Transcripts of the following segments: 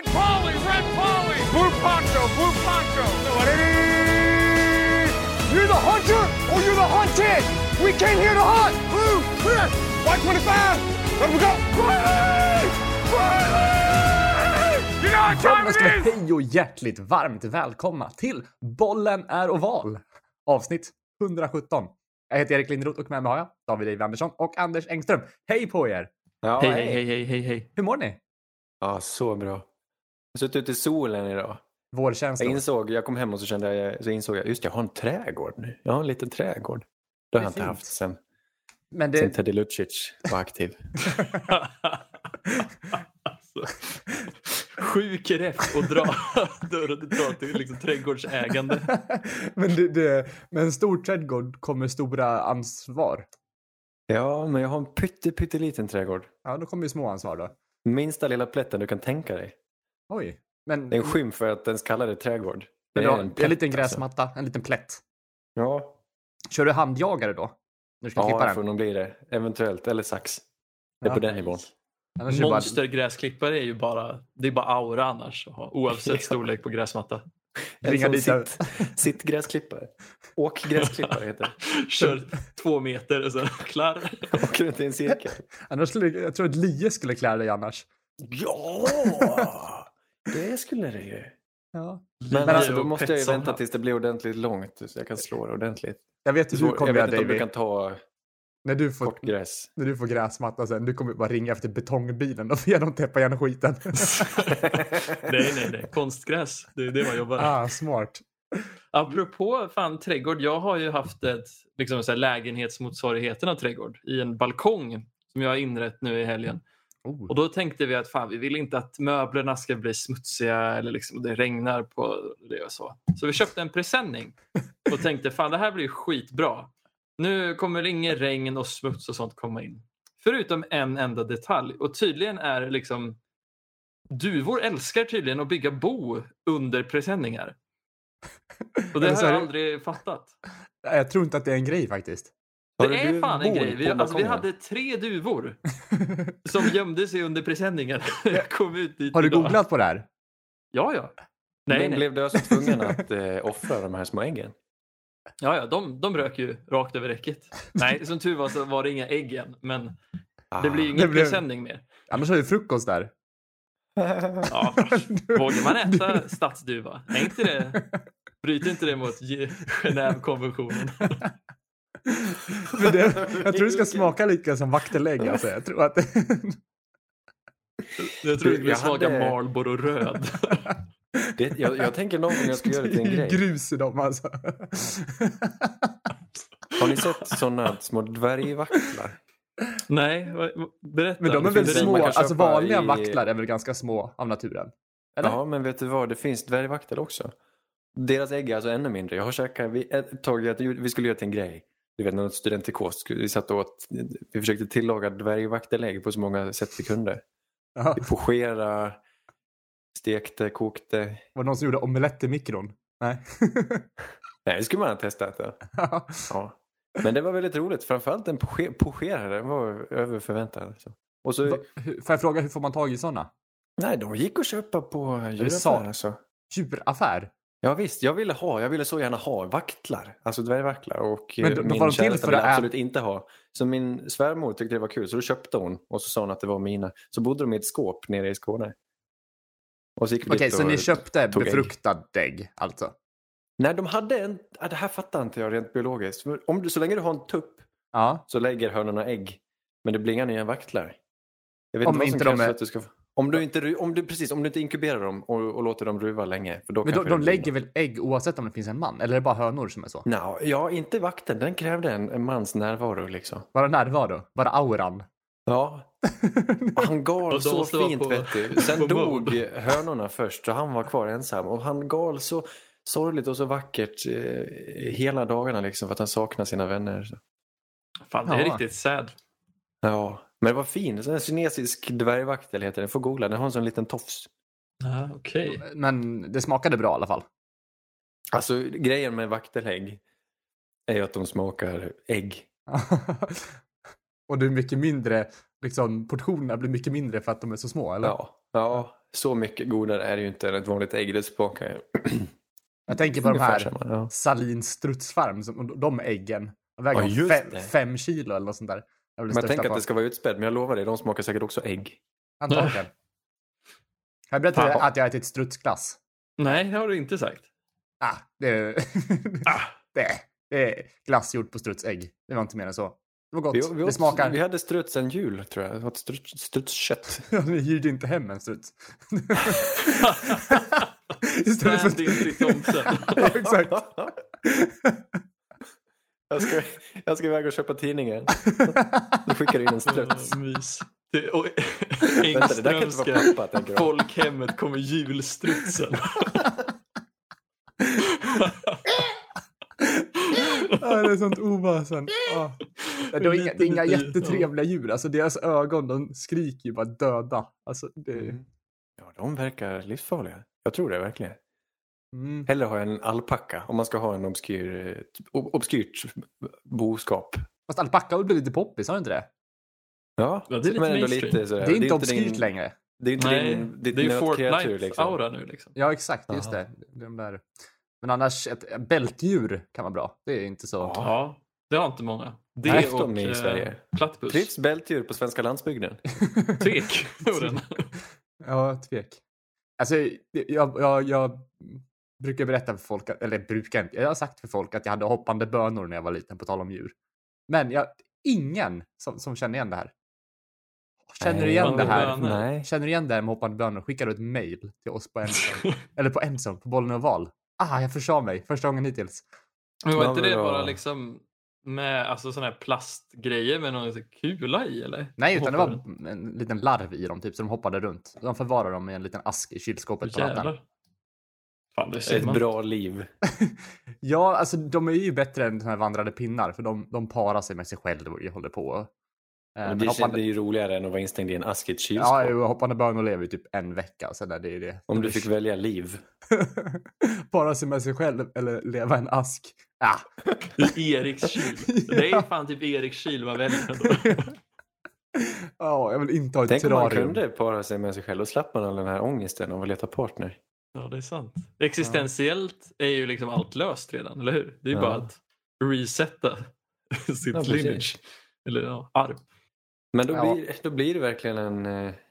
Red Polly, blue poncho. You're the hunter or you're the hunted. We came here to hunt. Blue, clear. White 25. Let we go. Riley! You know what time it is? Hej och hjärtligt varmt välkomna till Bollen är oval. Avsnitt 117. Jag heter Erik Lindroth och med mig har jag David Ejv Andersson och Anders Engström. Hej på er! Ja, Hej. Hur mår ni? Ja, så bra. Jag har suttit ute i solen idag. Vårkänslor. Jag kom hem och så insåg jag, just jag har en trädgård nu. Jag har en liten trädgård. Det har jag inte haft sen Teddy Lucic var aktiv. Alltså, sjuk rätt att dra till liksom trädgårdsägande. Men en stor trädgård kommer stora ansvar. Ja, men jag har en pytteliten trädgård. Ja, då kommer ju små ansvar då. Minsta lilla plätten du kan tänka dig. Oj. Men det är en skymf för att den kallar det trädgård. Det är en liten gräsmatta, en liten plätt. Ja. Kör du handjagare då? Nu ska klippa den. Ja, får nog bli det. Eventuellt. Eller sax. Det är på den nivån. Monstergräsklippare är ju bara aura annars. Oavsett storlek på gräsmatta. Ringa dit sitt gräsklippare. Åk gräsklippare heter det. Kör 2 meter och så klar. Åker runt i en cirkel. Jag tror att lie skulle klära dig annars. Ja! Det skulle det ju. Ja. Men alltså, då måste jag ju vänta tills det blir ordentligt långt så jag kan slå det ordentligt. Jag vet inte hur kommer jag vet inte om du kan ta när du får gräsmatta sen, du kommer bara ringa efter betongbilen och får de täppa igen skiten. nej, konstgräs. Det är det man jobbar. Smart. Apropå trädgård, jag har ju haft ett lägenhetsmotsvarigheten av trädgård i en balkong som jag har inrett nu i helgen. Och då tänkte vi att vi vill inte att möblerna ska bli smutsiga eller det regnar på det och så. Så vi köpte en presenning och tänkte det här blir skitbra. Nu kommer ingen regn och smuts och sånt komma in. Förutom en enda detalj. Och tydligen är duvor älskar tydligen att bygga bo under presenningar. Och det har jag aldrig fattat. Jag tror inte att det är en grej faktiskt. Det är fan en grej. Vi hade 3 duvor som gömde sig under presenningen. Jag kom ut dit. Har du googlat på det här? Ja. Nej. Blev du alltså tvungen att offra de här små äggen? Ja, de rök ju rakt över räcket. Nej, som tur var så var det inga ägg än. Men det blir ju ingen presenning mer. Annars har ju frukost där. Ja, vågar man äta stadsduva? Bryter inte det mot Genève-konventionen? Jag tror det ska smaka lika som vaktelägg. Alltså. Jag tror att det skulle smaka Marlboro röd. Jag tänker någon gång jag ska göra det till en grej. Grus i dem alltså. Har ni sett sådana små dvärgvaktlar? Nej, berätta. Men de är väl små, alltså vanliga vaktlar är väl ganska små av naturen? Eller? Ja, men vet du vad? Det finns dvärgvaktel också. Deras ägg är alltså ännu mindre. Jag har käkat ett tag att vi skulle göra till en grej. Du vet, något studentikos. Vi försökte tillaga dvärgvaktelägg på så många sätt vi kunde. Vi pochera, stekte, kokte. Var det någon som gjorde omelett i mikron? Nej. Nej, det skulle man ha testat. Ja. Men det var väldigt roligt. Framförallt en pocherare var över förväntan. Alltså. Och så... Får jag fråga, hur får man tag i sådana? Nej, de gick och köpa på djuraffär. Alltså. Djuraffär? Ja visst, jag ville så gärna ha vaktlar. Alltså dvärgvaktlar. Och min käresta ville absolut inte ha. Så min svärmor tyckte det var kul. Så då köpte hon. Och så sa hon att det var mina. Så bodde de i ett skåp nere i Skåne. Okej, så ni köpte befruktad ägg alltså? Nej, de hade det här fattar inte jag rent biologiskt. Så länge du har en tupp så lägger hönorna ägg. Men det blir inga nya vaktlar. Jag vet inte vad som krävs för att du ska... Om du inte inkuberar dem och låter dem ruva länge. För då men de lägger väl ägg oavsett om det finns en man? Eller är det bara hönor som är så? Ja, inte vakten. Den krävde en mans närvaro liksom. Bara närvaro? Bara auran? Ja. Han gal så fint, vet du. Sen dog hönorna först och han var kvar ensam. Och han gal så sorgligt och så vackert hela dagarna liksom. För att han saknar sina vänner. Fan, det är riktigt sad. Ja. Men det var fin. En kinesisk dvärgvaktel heter den. Får googla. Den har en sån liten tofs. Okej. Men det smakade bra i alla fall. Alltså grejen med vaktelägg är ju att de smakar ägg. Och det är mycket mindre, portionerna blir mycket mindre för att de är så små, eller? Ja, så mycket godare är det ju inte än ett vanligt ägg. Det smakar Jag tänker på de ungefär här samma, ja. Salins strutsfarm, de äggen. De väger just det. 5 kilo eller något sånt där. Men jag tänker att det ska vara utspädd, men jag lovar dig, de smakar säkert också ägg. Antagligen. Jag berättade att jag ätit strutsglass. Nej, det har du inte sagt. Det är glass gjord på strutsägg. Det var inte mer än så. Det var gott. Det smakar... Vi hade struts en jul, tror jag. Det var ett strutskött. Ni hyrde inte hem en struts. Stand-in till tomten. Ja, exakt. Jag ska iväg och köpa tidningen. Du skickar in en struts. Mys. Vänta, det där kan inte vara pappa, tänker jag. Folkhemmet kommer julstrutsen. Det är sånt oväsen. Det är inga jättetrevliga djur. Alltså deras ögon, de skriker ju bara döda. Alltså, Ja, de verkar livsfarliga. Jag tror det verkligen. Eller har jag en alpacka om man ska ha en obskyrt boskap. Fast alpacka blir lite poppis, har du inte det? Ja, det är lite men ändå mainstream. lite sådär. Det är inte obskyrt längre. Det är inte ditt det är ju nötkreatur liksom. Fortnite-aura nu liksom. Ja, exakt. Just det. De där. Men annars, ett bältdjur kan vara bra. Det är inte så... Ja, det har inte många. Det Nej, och i Sverige. plattbuss. Trivs bältdjur på svenska landsbygden? Tvek. Ja, tvek. Alltså, jag brukar berätta för folk, jag har sagt för folk att jag hade hoppande bönor när jag var liten, på tal om djur. Men ingen som känner igen det här. Känner du igen det här? Nej. Känner du igen det här med hoppande bönor? Skickar du ett mail till oss på Emson. Eller på Emson, på Bollen och Val. Jag försade mig första gången hittills. Men var inte det bara liksom med alltså såna här plastgrejer med någon kula i, eller? Nej, utan det var en liten larv i dem typ, så de hoppade runt. De förvarar dem i en liten ask i kylskåpet på natten. Fan, det är ett bra liv. Ja, alltså de är ju bättre än de här vandrade pinnar, för de parar sig med sig själv och håller på. Men det är ju roligare än att vara instängd i en ask i ett kylskåp. Ja, hoppande bönor lever ju typ en vecka. Så där, det är det. Om du fick välja liv. Para sig med sig själv eller leva en ask. I Eriks kyl. Det är fan typ Eriks kyl man väljer då. Jag vill inte ha ett terrarium. Tänk om man kunde terrarium. para sig med sig själv och slappa all den här ångesten av att leta partner. Ja, det är sant. Existentiellt är ju liksom allt löst redan, eller hur? Det är ju bara att resetta sitt lineage. Eller arv. Men då blir det verkligen en...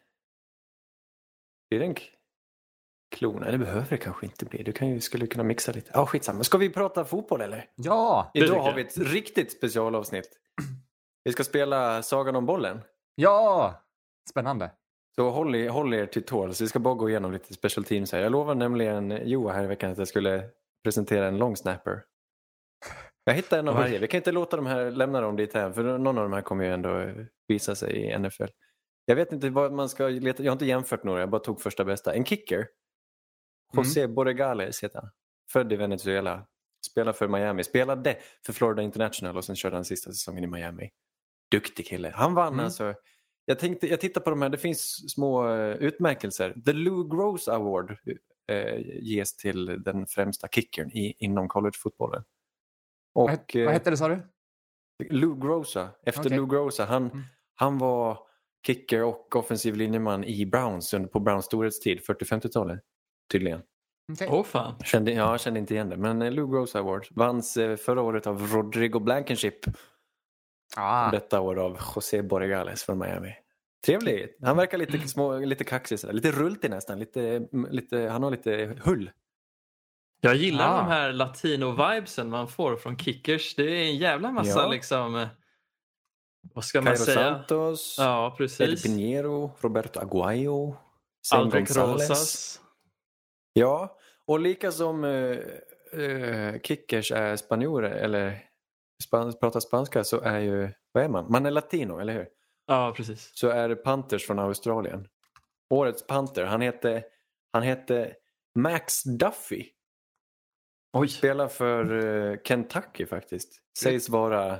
Blir det en klon? Nej, det behöver det kanske inte bli. Du skulle kunna mixa lite. Skitsamma. Ska vi prata fotboll eller? Ja! Idag har vi ett riktigt specialavsnitt. Vi ska spela Sagan om bollen. Ja! Spännande. Så håll er till tåls. Vi ska bara gå igenom lite special teams här. Jag lovar nämligen Joa här i veckan att jag skulle presentera en long snapper. Jag hittade en av varje. Vi kan inte låta lämna dem dit här. För någon av de här kommer ju ändå visa sig i NFL. Jag vet inte vad man ska leta. Jag har inte jämfört några. Jag bara tog första bästa. En kicker. José Borregales heter han. Född i Venezuela. Spelar för Miami. Spelade för Florida International och sen körde han sista säsongen i Miami. Duktig kille. Han vann alltså. Jag tittar på de här. Det finns små utmärkelser. The Lou Gross Award ges till den främsta kickern inom collegefotbollen. Och, vad hette det, sa du? Lou Groza. Efter Lou Groza. Han var kicker och offensiv linjeman i Browns på Browns storhetstid. 40-50-talet tydligen. Fan. Jag kände inte igen det. Men Lou Groza Award vanns förra året av Rodrigo Blankenship. Detta år av José Borregales från Miami. Trevlig. Han verkar lite kaxig sådär. Lite rultig nästan. Han har lite hull. Jag gillar de här latino-vibesen man får från kickers. Det är en jävla massa liksom... Vad ska man säga? Santos, ja, precis. Eddie Pinheiro, Roberto Aguayo, Aldrich Rosas. Ja, och lika som kickers är spanjorer eller pratar spanska så är ju, vad är man? Man är latino, eller hur? Ja, precis. Så är det Panthers från Australien. Årets Panther, han hette Max Duffy. Spelar för Kentucky faktiskt. Sägs vara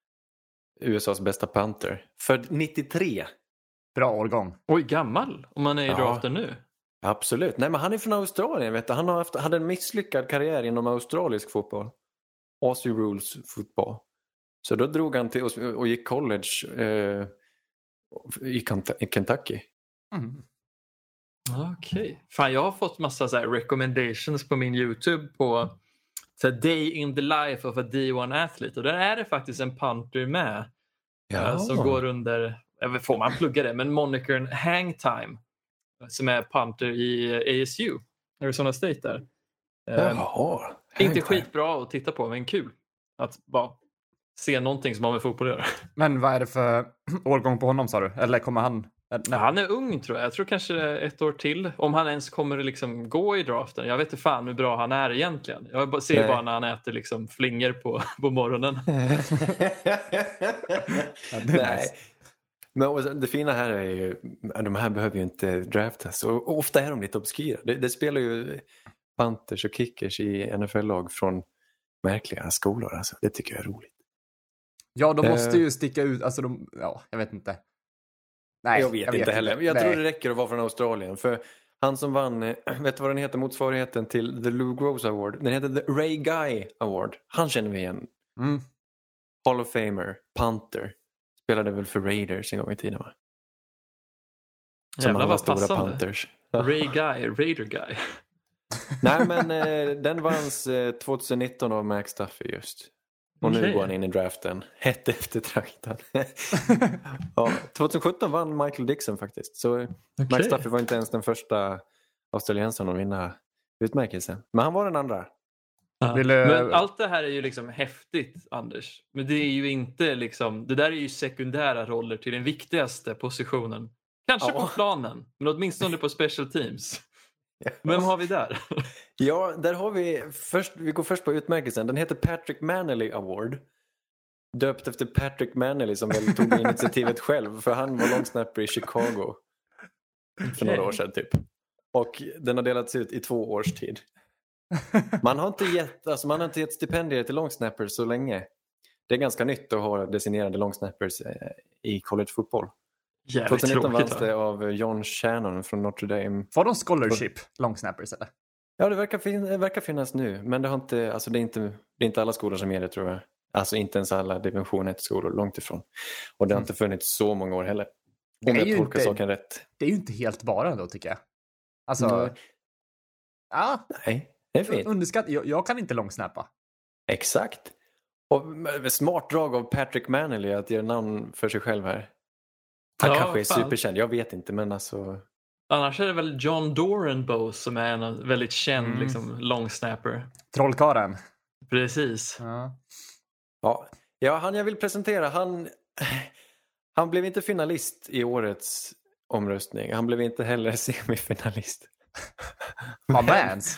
USAs bästa Panther. För 93. Bra årgång. Oj, gammal. Om man är i draften nu. Absolut. Nej, men han är från Australien, vet du. Han hade en misslyckad karriär inom australisk fotboll. Aussie Rules fotboll. Så då drog han till och gick college i Kentucky. Okej. Fan, jag har fått massa så här recommendations på min YouTube på så här, Day in the life of a D1 athlete. Och där är det faktiskt en punter med. Som går under, får man plugga det, men monikern Hangtime. Som är punter i ASU, Arizona State där. Inte skitbra att titta på, men kul att bara se någonting som har med fotboll att göra. Men vad är det för årgång på honom, sa du? Eller kommer han... Nej. Han är ung, tror jag. Jag tror kanske 1 år till. Om han ens kommer liksom gå i draften. Jag vet inte fan hur bra han är egentligen. Jag ser bara när han äter liksom flinger på morgonen. Nej. Men det fina här är ju, de här behöver ju inte draftas. Och ofta är de lite obskyra. Det spelar ju Panthers och Kickers i NFL-lag från märkliga skolor. Alltså. Det tycker jag är roligt. Ja, de måste ju sticka ut. Alltså jag vet inte. Nej, jag vet inte heller. Jag tror det räcker att vara från Australien. För han som vann, vet du vad den heter, motsvarigheten till The Lou Groves Award? Den heter The Ray Guy Award. Han känner vi igen. Hall of Famer, Panther. Spelade väl för Raiders en gång i tiden, va? Som alla stora passande. Panthers. Ray Guy, Raider Guy. Nej, men den vanns 2019 av Max Duffy just. Och nu går han in i draften. Hett eftertraktad. 2017 vann Michael Dixon faktiskt. Så Max Duffy var inte ens den första australiensaren att vinna utmärkelsen. Men han var den andra. Men allt det här är ju liksom häftigt, Anders. Men det är ju inte liksom... Det där är ju sekundära roller till den viktigaste positionen. Kanske på planen, men åtminstone på special teams. Vem har vi där? Ja, där har vi går först på utmärkelsen. Den heter Patrick Mannelly Award. Döpt efter Patrick Mannelly som väl tog initiativet själv. För han var longsnapper i Chicago för några år sedan typ. Och den har delats ut i 2 års tid. Man har inte gett stipendier till longsnappers så länge. Det är ganska nytt att ha designerade longsnappers i college-fotboll. 2019 vanns det av John Shannon från Notre Dame. Får de scholarship longsnappers eller? Ja, det verkar finnas nu. Men det har inte, alltså det är inte alla skolor som ger det, tror jag. Alltså inte ens alla division 1-skolor, långt ifrån. Och det har inte funnits så många år heller. Om jag tolkar saken rätt. Det är ju inte helt bara då, tycker jag. Alltså... Ja. Nej, det är fint. Underskatt. Jag kan inte longsnappa. Exakt. Och smart drag av Patrick Mannelly att göra namn för sig själv här. Han kanske är superkänd, jag vet inte, men alltså... Annars är det väl John Dorenbos som är en väldigt känd liksom, longsnapper. Trollkaren. Precis. Ja, han jag vill presentera, han blev inte finalist i årets omröstning. Han blev inte heller semifinalist. Var Vans?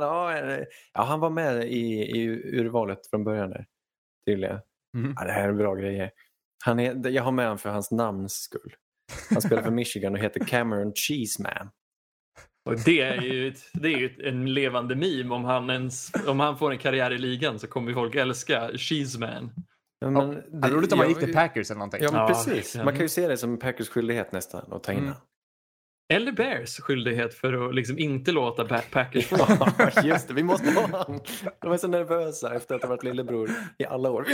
Han var med i urvalet från början där. Tydligen. Ja, det här är bra grejer. Jag har med honom för hans namns skull. Han spelar för Michigan och heter Cameron Cheeseman. Och det är ju en levande meme. Om han får en karriär i ligan så kommer folk älska Cheeseman. Ja, men det är roligt om man gick till Packers eller någonting. Ja, men precis. Man kan ju se det som Packers skyldighet nästan att ta in. Eller Bears skyldighet för att liksom inte låta Packers få. Ja, just det, vi måste ha han. De är så nervösa efter att ha varit lillebror i alla år.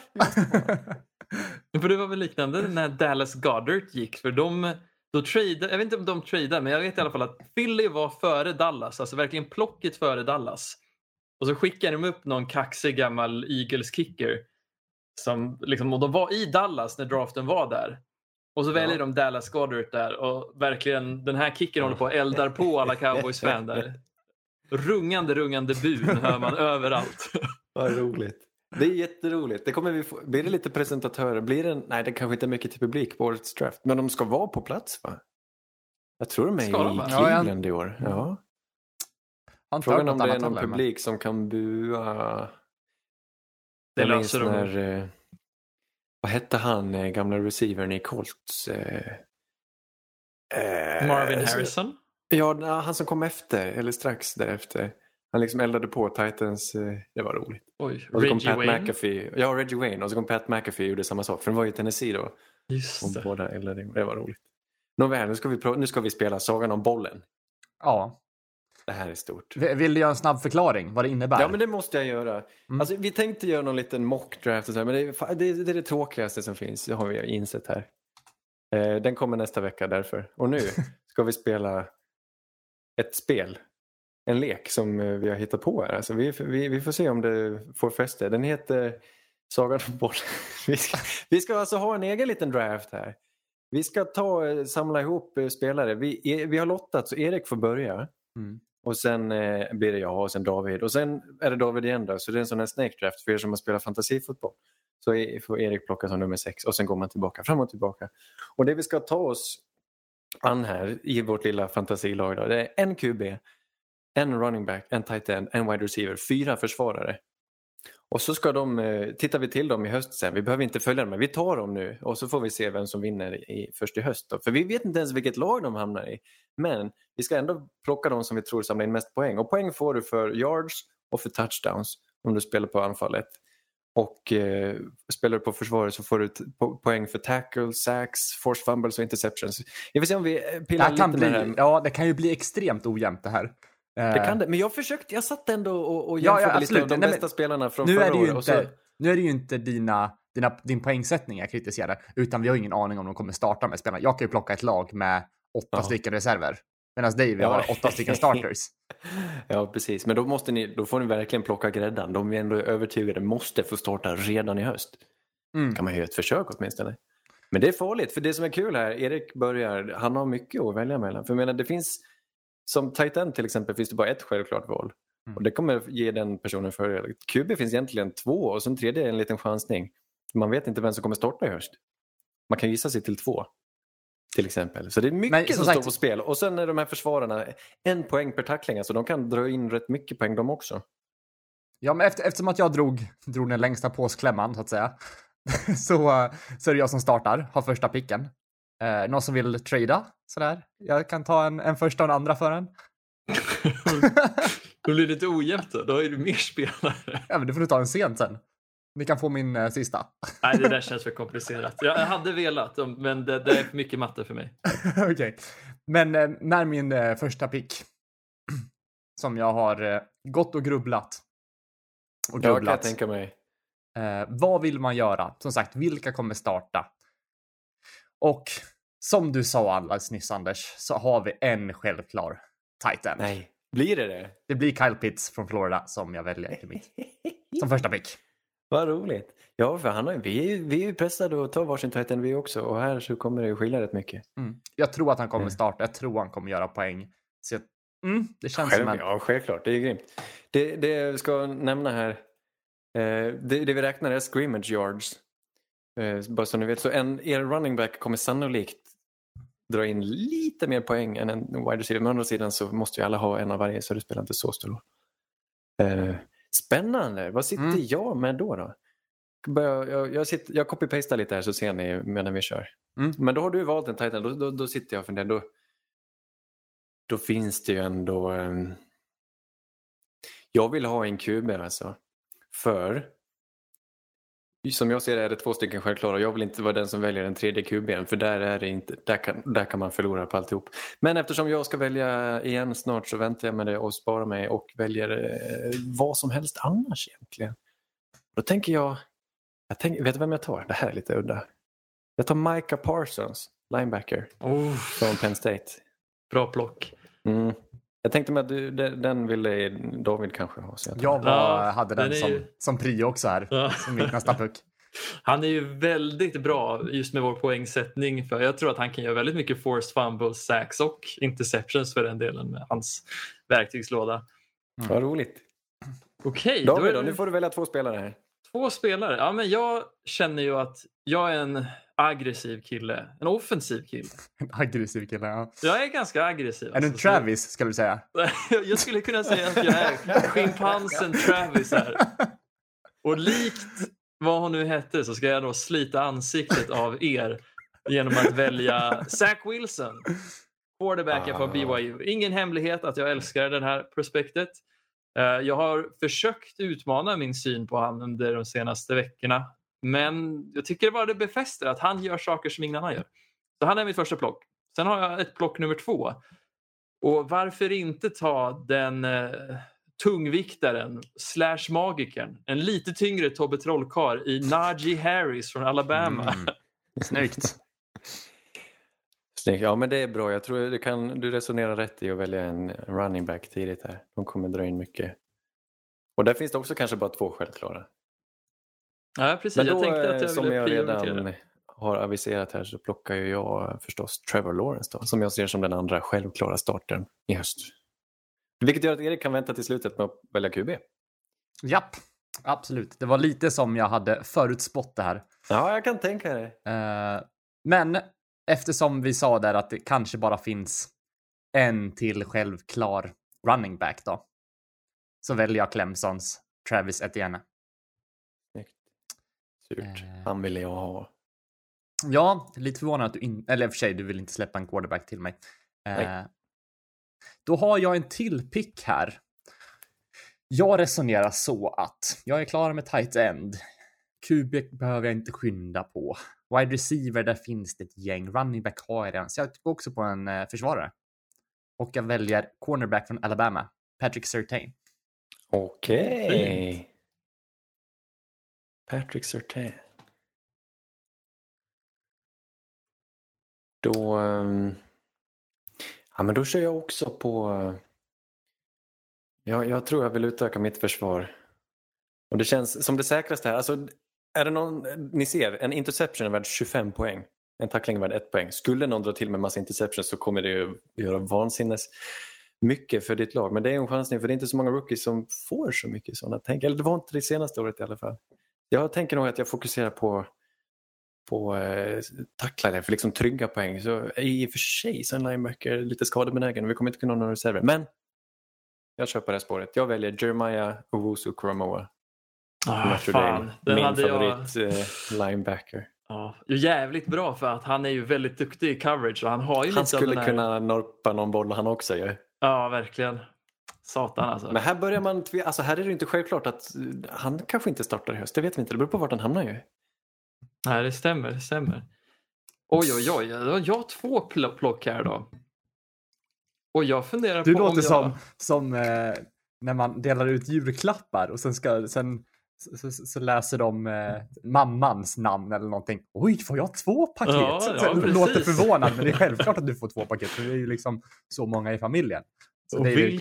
För det var väl liknande när Dallas Goddard gick. För då trade, jag vet inte om de tradade, men jag vet i alla fall att Philly var före Dallas. Alltså verkligen plocket före Dallas. Och så skickade de upp någon kaxig gammal Eagles kicker. Som liksom, och de var i Dallas när draften var där. Och så väljer de Dallas Goddard där. Och verkligen, den här kicken håller på att eldar på alla Cowboys-fan där. Rungande bun hör man överallt. Vad roligt. Det är jätteroligt. Det kommer blir det lite presentatörer? Nej, det kanske inte är mycket till publik på årets draft. Men de ska vara på plats, va? Jag tror de är i Cleveland i år. Ja. Frågan om det är någon publik som kan bua. Det löser de. Vad hette han, gamla receivern i Colts? Marvin Harrison? Ja, han som kom efter, eller strax därefter. Han liksom eldade på Titans, det var roligt. Oj, och så kom Pat McAfee. Ja, Reggie Wayne. Och så kom Pat McAfee och gjorde samma sak. För de var ju i Tennessee då. Just det. Och båda eldade, det var roligt. Nåväl, nu ska vi spela Sagan om bollen. Ja. Det här är stort. Vill du göra en snabb förklaring vad det innebär? Ja, men det måste jag göra. Alltså, vi tänkte göra någon liten mock draft och så här, men det är det tråkigaste som finns. Det har vi insett här. Den kommer nästa vecka därför. Och nu ska vi spela ett spel. En lek som vi har hittat på här. Alltså vi får se om det får fäste. Den heter Sagan om boll. Vi ska alltså ha en egen liten draft här. Vi ska samla ihop spelare. Vi har lottat så Erik får börja. Och sen blir det jag och sen David. Och sen är det David igen då. Så det är en sån här snake draft för er som har spelat fantasifotboll. Så får Erik plocka som nummer 6. Och sen går man tillbaka, fram och tillbaka. Och det vi ska ta oss an här i vårt lilla fantasilag då, det är en QB, en running back, en tight end, en wide receiver, 4 försvarare. Och så ska tittar vi till dem i höst sen. Vi behöver inte följa dem, men vi tar dem nu. Och så får vi se vem som vinner först i höst då. För vi vet inte ens vilket lag de hamnar i. Men vi ska ändå plocka dem som vi tror samlar in mest poäng. Och poäng får du för yards och för touchdowns om du spelar på anfallet. Och spelar du på försvaret så får du poäng för tackles, sacks, forced fumbles och interceptions. Jag vill se om vi pillar lite med det här. Ja, det kan ju bli extremt ojämnt det här. Det kan det, men jag satt ändå och jämförde lite av de bästa spelarna från förra året. Nu är det ju inte din poängsättning jag kritiserar, utan vi har ingen aning om de kommer starta med spelarna. Jag kan ju plocka ett lag med 8 stycken reserver, medan Dave har 8 stycken starters. Ja, precis. Men då får ni verkligen plocka gräddan. De är ändå övertygade måste få starta redan i höst. Kan man ju ett försök åtminstone. Men det är farligt, för det som är kul här, Erik börjar, han har mycket att välja mellan. För jag menar, det finns, som tight end till exempel, finns det bara ett självklart val. Och det kommer ge den personen fördel. QB finns egentligen 2 och sen 3 är en liten chansning. Man vet inte vem som kommer starta i höst. Man kan gissa sig till 2. Till exempel. Så det är mycket som står på spel. Och sen är de här försvararna 1 poäng per tackling. Så de kan dra in rätt mycket poäng de också. Ja, men eftersom att jag drog den längsta påsklämman så att säga. så är det jag som startar. Har första picken. Någon som vill trada? Sådär. Jag kan ta en första och en andra för en. Då blir det lite ojämnt då. Då är du mer spelare. Ja, men du får du ta en sent sen. Ni kan få min sista. Nej, det där känns för komplicerat. Jag hade velat, men det är för mycket matte för mig. Okej. Men när min första pick, som jag har gått och grubblat. Ja, kan jag tänka mig. Vad vill man göra? Som sagt, vilka kommer starta? Och som du sa alldeles nyss, Anders, så har vi en självklar tight end. Nej, blir det? Det blir Kyle Pitts från Florida som jag väljer till mitt. Som första pick. Vad roligt. Ja, för vi är ju pressade att ta varsin tight end vi också. Och här så kommer det ju skilja rätt mycket. Jag tror att han kommer starta. Jag tror han kommer göra poäng. Så det känns som en... Ja, självklart. Det är grymt. Det jag ska nämna här. Det vi räknar är scrimmage yards. Bara så ni vet. Så er running back kommer sannolikt dra in lite mer poäng än en wide receiver. Men å andra sidan så måste ju alla ha en av varje. Så det spelar inte så stor roll. Spännande. Vad sitter jag med då? Jag copy-pastar lite här så ser ni medan vi kör. Men då har du valt en tight end. Då sitter jag för det. Då finns det ju ändå... Jag vill ha en QB alltså. För som jag ser det är det 2 stycken självklara. Jag vill inte vara den som väljer den 3:e QB:n. För där är det inte, där kan man förlora på alltihop. Men eftersom jag ska välja igen snart så väntar jag med det och sparar mig och väljer vad som helst annars egentligen. Då tänker jag vet du vem jag tar? Det här är lite udda. Jag tar Micah Parsons, linebacker från Penn State. Bra plock. Jag tänkte mig att den ville David kanske ha. Jag hade den som prio också här. Som mitt nästa puck. Han är ju väldigt bra just med vår poängsättning. För jag tror att han kan göra väldigt mycket forced fumbles, sacks och interceptions för den delen med hans verktygslåda. Vad roligt. Okej, David då, nu får du välja 2 spelare här. 2 spelare? Ja, men jag känner ju att jag är en aggressiv kille. En offensiv kille. En aggressiv kille, ja. Jag är ganska aggressiv. Är du Travis, ska du säga? Jag skulle kunna säga att jag är schimpansen Travis här. Och likt vad hon nu hette så ska jag då slita ansiktet av er genom att välja Zach Wilson. Quarterbacken från BYU. Ingen hemlighet att jag älskar det här prospektet. Jag har försökt utmana min syn på han under de senaste veckorna. Men jag tycker det bara det befäster att han gör saker som ingen annan gör. Så han är mitt första plock. Sen har jag ett plock nummer 2. Och varför inte ta den tungviktaren / magikern. En lite tyngre Tobbe Trollkarl i Najee Harris från Alabama. Snyggt. Snyggt. Ja, men det är bra. Jag tror du resonerar rätt i att välja en running back tidigt här. De kommer dra in mycket. Och där finns det också kanske bara 2 självklara. Ja, precis. Men då, jag tänkte att jag som ville jag prioritera. redan har aviserat här, så plockar ju jag förstås Trevor Lawrence då, som jag ser som den andra självklara starten i höst. Vilket gör att Erik kan vänta till slutet med att välja QB. Japp, absolut. Det var lite som jag hade förutspått det här. Ja, jag kan tänka det. Men eftersom vi sa där att det kanske bara finns en till självklar running back då, så väljer jag Clemsons Travis Etienne. Snyggt. Surt. Han ville jag ha. Ja, lite förvånad att du eller i och för sig, du vill inte släppa en quarterback till mig. Då har jag en till pick här. Jag resonerar så att jag är klar med tight end. QB behöver jag inte skynda på. Wide receiver, där finns det ett gäng. Running back har jag redan. Så jag går också på en försvarare. Och jag väljer cornerback från Alabama. Patrick Surtain. Okej. Patrick Surtain. Då... Ja, men då kör jag också på... Jag tror jag vill utöka mitt försvar. Och det känns som det säkraste här. Alltså, är det någon... Ni ser, en interception är värd 25 poäng. En tackling är värd 1 poäng. Skulle någon dra till med massa interceptions så kommer det ju göra vansinnes mycket för ditt lag. Men det är en chansning, för det är inte så många rookies som får så mycket sådana tänk. Eller det var inte det senaste året i alla fall. Jag tänker nog att jag fokuserar på tacklare för liksom trygga poäng. Så i och för sig så är en linebacker lite skadebenägen och vi kommer inte kunna ha några reserver. Men jag köper det här spåret. Jag väljer Jeremiah Owusu-Koramoah. Fan. Min favorit linebacker. Ja, jävligt bra, för att han är ju väldigt duktig i coverage och han har ju han lite skulle av den här... kunna norpa någon boll han också ju. Ja, verkligen. Satan alltså. Men här börjar man alltså här är det inte självklart att han kanske inte startar i höst. Det vet vi inte. Det beror på vart han hamnar ju. Nej, det stämmer. Oj. Jag har 2 plock här då. Och jag funderar du på låter om jag... som när man delar ut julklappar och sen så läser de mammans namn eller någonting. Oj, får jag 2 paket? Ja, du låter förvånad, men det är självklart att du får 2 paket. För det är ju liksom så många i familjen. Så det är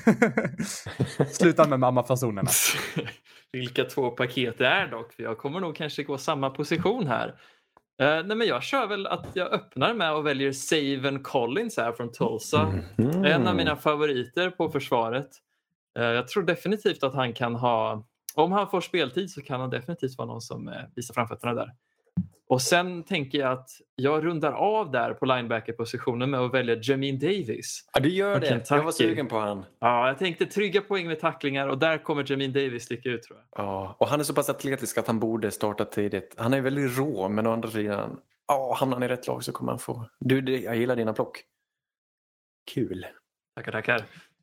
Sluta med mammafasonerna. Vilka 2 paket det är dock. För jag kommer nog kanske gå samma position här. Nej, men jag kör väl att jag öppnar med och väljer Zaven Collins här från Tulsa. En av mina favoriter på försvaret. Jag tror definitivt att han kan ha... Om han får speltid så kan han definitivt vara någon som visar framfötterna där. Och sen tänker jag att jag rundar av där på linebacker-positionen med att välja Jamin Davis. Ja, du gör det. Jag var sugen på han. Ja, jag tänkte trygga poäng med tacklingar och där kommer Jamin Davis sticka ut, tror jag. Ja, och han är så pass atletisk att han borde starta tidigt. Han är väldigt rå, men å andra sidan, hamnar han i rätt lag så kommer han få... Jag gillar dina plock. Kul. Tackar.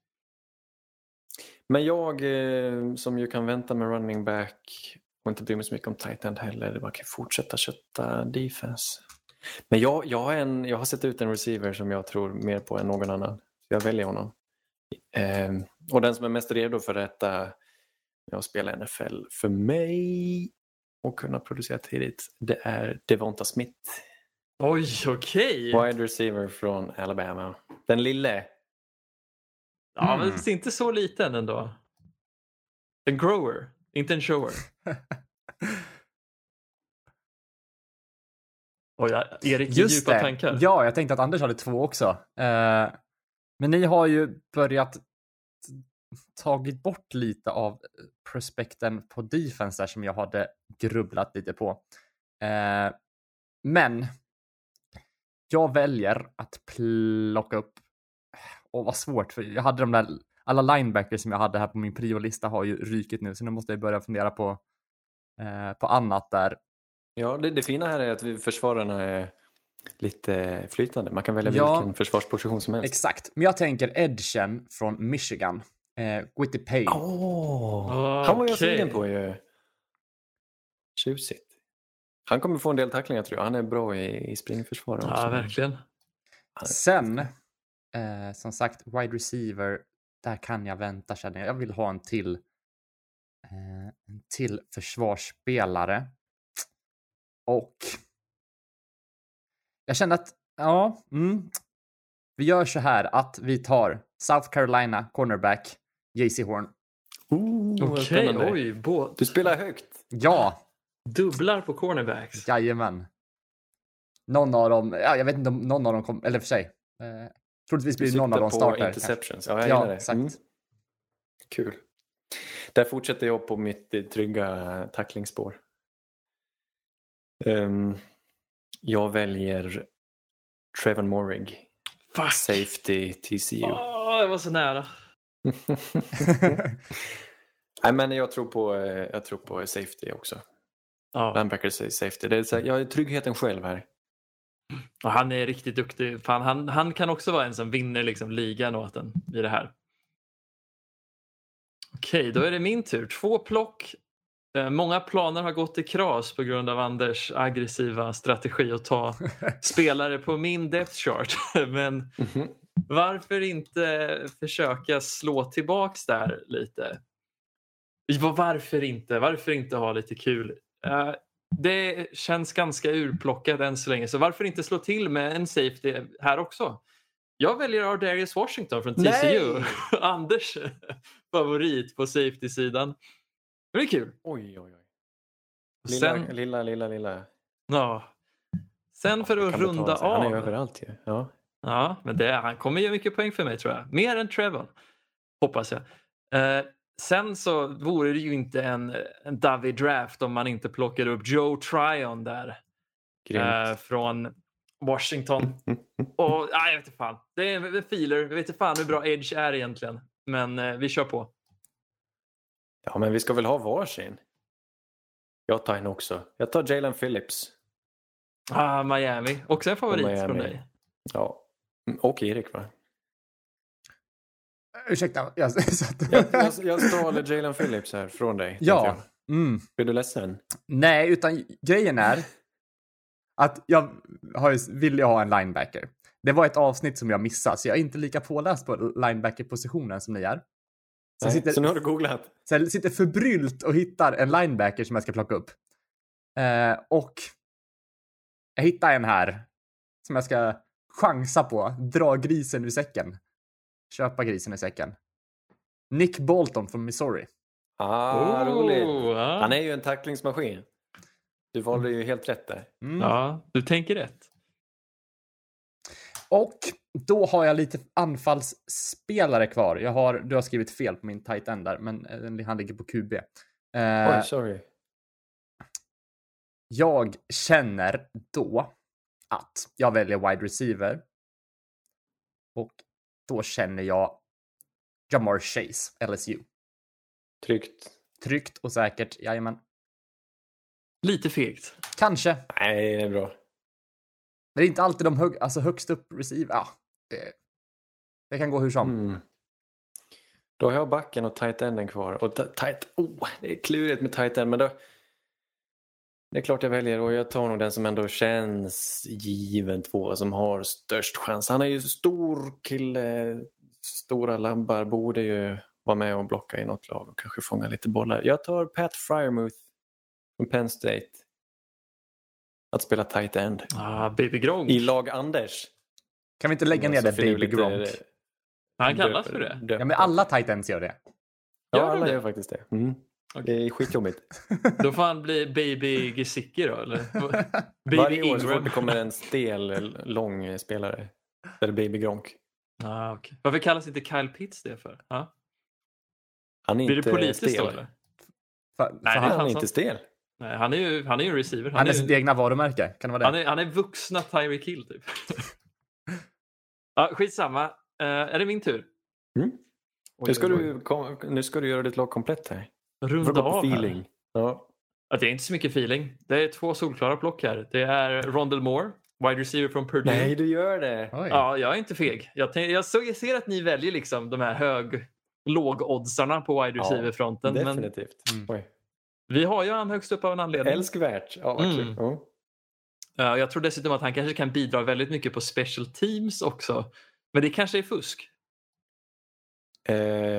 Men jag som ju kan vänta med running back och inte bry mig så mycket om tight end heller. Man kan fortsätta kötta defense. Men jag har sett ut en receiver som jag tror mer på än någon annan. Så jag väljer honom. Och den som är mest redo för detta jag spelar NFL för mig och kunna producera tidigt, det är Devonta Smith. Oj, okej. Wide receiver från Alabama. Den lille. Ja, men det är inte så liten ändå. En grower, inte en shower. Erik, just djupa det. tankar. Ja, jag tänkte att Anders hade 2 också. Men ni har ju börjat tagit bort lite av prospekten på defense där som jag hade grubblat lite på. Men jag väljer att plocka upp, och vad svårt, för jag hade de där, alla linebackers som jag hade här på min priolista har ju ryket nu, så nu måste jag börja fundera på annat där. Ja, det fina här är att försvararna är lite flytande. Man kan välja vilken försvarsposition som helst. Exakt, men jag tänker edgen från Michigan, Whitty Payne. Han var jag sugen på ju. Tjusigt. Han kommer få en del tacklingar, tror jag. Han är bra i springförsvar också. Ja, verkligen. Sen, som sagt, wide receiver, där kan jag vänta, känner jag. Jag vill ha en till försvarsspelare. Och jag känner att Ja, vi gör så här att vi tar South Carolina cornerback JC Horn. Okej, oj. Du spelar högt. Ja. Dubblar på cornerbacks. Jajamän. Någon av dem, jag vet inte om någon av dem kommer, eller för sig. Troligtvis blir någon av dem startar. Interceptions. Ja, jag gillar det. Exakt. Kul. Där fortsätter jag på mitt trygga tacklingsspår. Jag väljer Trevon Moehrig. Safety TCU. Det var så nära. Nej, men jag tror på safety också. Linebacker safety. Det är så här, jag är tryggheten själv här. Och han är riktigt duktig. Fan, han kan också vara en som vinner liksom ligan åt den i det här. Okej, då är det min tur. 2 plock. Många planer har gått i kras på grund av Anders aggressiva strategi att ta spelare på min depth chart. Men varför inte försöka slå tillbaks där lite? Varför inte ha lite kul? Det känns ganska urplockat än så länge. Så varför inte slå till med en safety här också? Jag väljer Ardarius Washington från TCU. Anders favorit på safety-sidan. Det är kul. Oj. Lilla. Ja. Sen för att runda av. Han är överallt ju. Ja, men han kommer ge mycket poäng för mig tror jag. Mer än Trevon. Hoppas jag. Sen så vore det ju inte en David draft om man inte plockar upp Joe Tryon där. Från Washington. Och jag vet inte fan. Det är filer. Jag vet inte fan hur bra Edge är egentligen. Men vi kör på. Ja, men vi ska väl ha varsin. Jag tar en också. Jag tar Jalen Phillips. Miami. Också en favorit från dig. Ja. Och Erik, va? Ursäkta. Jag stal Jalen Phillips här från dig. Ja. Är du ledsen? Nej, utan grejen är att jag vill ha en linebacker. Det var ett avsnitt som jag missade, så jag är inte lika påläst på linebacker-positionen som ni är. Så nu har du googlat? Så jag sitter förbrylt och hittar en linebacker som jag ska plocka upp. Och jag hittar en här som jag ska chansa på. Dra grisen ur säcken. Köpa grisen ur säcken. Nick Bolton från Missouri. Roligt. Han är ju en tacklingsmaskin. Du valde ju helt rätt där. Ja, du tänker rätt. Och då har jag lite anfallsspelare kvar. Du har skrivit fel på min tight end där, men han ligger på QB. Oj, sorry. Jag känner då att jag väljer wide receiver. Och då känner jag Jamar Chase, LSU. Tryggt och säkert, jajamän. Lite fegt. Kanske. Nej, det är bra. Det är inte alltid de högst upp receiver. Ja, det kan gå hur som. Då har jag backen och tight enden kvar. Och det är klurigt med tight end, men då det är klart jag väljer, och jag tar nog den som ändå känns given, 2 som har störst chans. Han är ju stor kille, stora labbar, borde ju vara med och blocka i något lag och kanske fånga lite bollar. Jag tar Pat Freiermuth från Penn State. Att spela tight end. Baby Gronk. I lag Anders. Kan vi inte lägga ner det Baby Gronk? Han kallas för det. Ja, men alla tight ends gör det. Ja, alla gör faktiskt det. Okay. Det är skitjobbigt. Då får han bli Baby Gesicki då, eller? Baby Varje år så fort det kommer en stel, lång spelare. Det är Baby Gronk. Okay. Varför kallas inte Kyle Pitts det för? Han är blir inte det politiskt stel. Då, eller? Nej, han är inte stel. Nej, han är ju en receiver. Han är sitt egna varumärke. Kan det vara det? Han är vuxna Tyreek Hill typ. Skitsamma. Är det min tur? Nu ska du göra ditt lag komplett här. Runda av feeling. Här. Ja. Det är inte så mycket feeling. Det är 2 solklara plock här. Det är Rondell Moore, wide receiver från Purdue. Nej, du gör det. Oj. Ja, jag är inte feg. Jag ser att ni väljer liksom de här lågoddsarna på wide receiver-fronten. Definitivt. Men vi har ju han högst upp av en anledning. Älskvärt. Ja, verkligen. Jag tror dessutom att han kanske kan bidra väldigt mycket på special teams också. Men det kanske är fusk.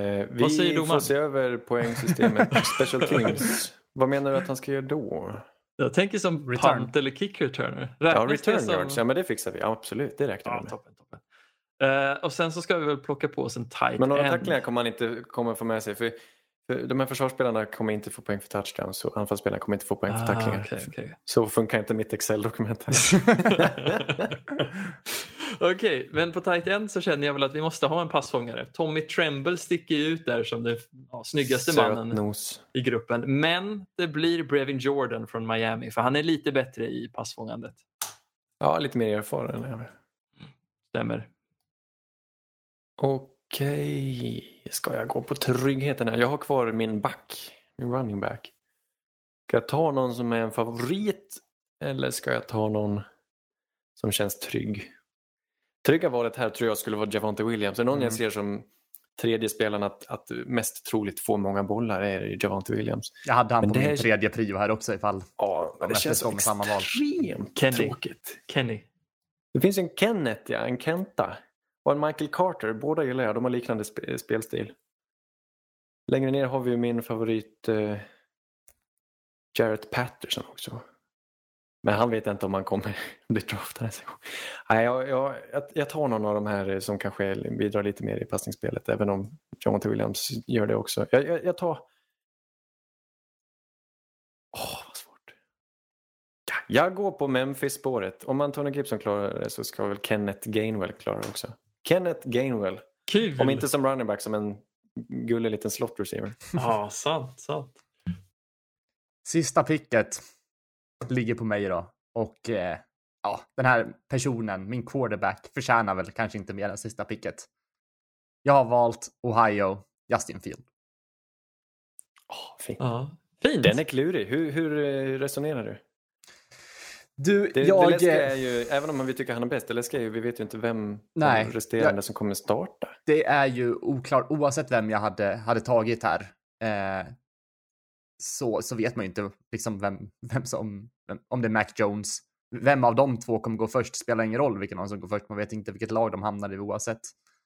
Vi får se över poängsystemet. Special teams. Vad menar du att han ska göra då? Jag tänker som Return. punt eller kick returner. Ja, Räknas return det som... yards. Ja, men det fixar vi. Ja, absolut, det räknar vi Ja, med. toppen. Och sen så ska vi väl plocka på oss en tight Men några end. tacklingar kommer man inte få med sig. För de här försvarsspelarna kommer inte få poäng för touchdowns. Och anfallsspelarna kommer inte få poäng för tacklingar. Okay. Så funkar inte mitt Excel-dokument här. Okej, men på tight end så känner jag väl att vi måste ha en passfångare. Tommy Tremble sticker ju ut där som den snyggaste mannen Sötnos. i gruppen. Men det blir Brevin Jordan från Miami, för han är lite bättre i passfångandet. Ja, lite mer erfaren. Stämmer. Okej, ska jag gå på tryggheten här? Jag har kvar min running back. Ska jag ta någon som är en favorit eller ska jag ta någon som känns trygg? Trygga valet här tror jag skulle vara Javonte Williams. Någon jag ser som tredje spelaren att mest troligt få många bollar är Javonte Williams. Jag hade han på min tredje prio här också ifall. Ja, men det känns som extremt tråkigt. Kenny. Det finns en Kenneth, en Kenta. Och en Michael Carter, båda gillar jag. De har liknande spelstil. Längre ner har vi min favorit Jarrett Patterson också. Men han vet inte om han kommer bli draftad. Nej, jag tar någon av de här som kanske bidrar lite mer i passningsspelet. Även om Javonte Williams gör det också. Jag tar... vad svårt. Jag går på Memphis-spåret. Om Antonio Gibson klarar det så ska väl Kenneth Gainwell klara det också. Kenneth Gainwell. Kul. Om inte som running back, som en gullig liten slot receiver. Ja, sant. Sista picket ligger på mig då. Och den här personen, min quarterback, förtjänar väl kanske inte mer än sista picket. Jag har valt Ohio, Justin Field. Fint. Ja, fint. Den är klurig. Hur resonerar du? Det läskiga är ju, även om vi tycker han är bäst, det läskiga är ju, vi vet ju inte vem resterande som kommer starta. Det är ju oklart, oavsett vem jag hade tagit här. Så vet man ju inte liksom vem om det är Mac Jones. Vem av de två kommer gå först spelar ingen roll vilken av som går först. Man vet inte vilket lag de hamnar i oavsett.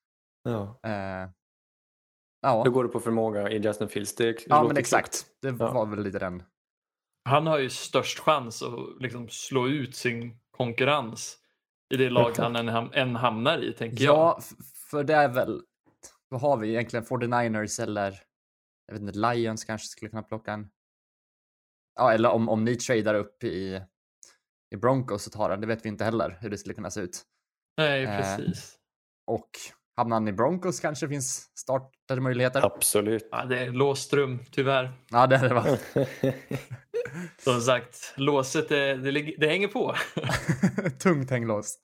Ja. Då går du på förmåga i Justin Fields. Ja, men exakt. Det var väl lite den. Han har ju störst chans att liksom slå ut sin konkurrens i det lag han än hamnar i, tänker jag. Ja, för det är väl... Vad har vi egentligen? 49ers eller... Jag vet inte, Lions kanske skulle kunna plocka en... Ja, eller om ni tradar upp i Broncos så tar han. Det vet vi inte heller hur det skulle kunna se ut. Nej, precis. Och hamnar han i Broncos kanske finns startade möjligheter. Absolut. Ja, det är låst rum, tyvärr. Ja, det är det, va? Som sagt, låset det hänger på. Tungt hänglås.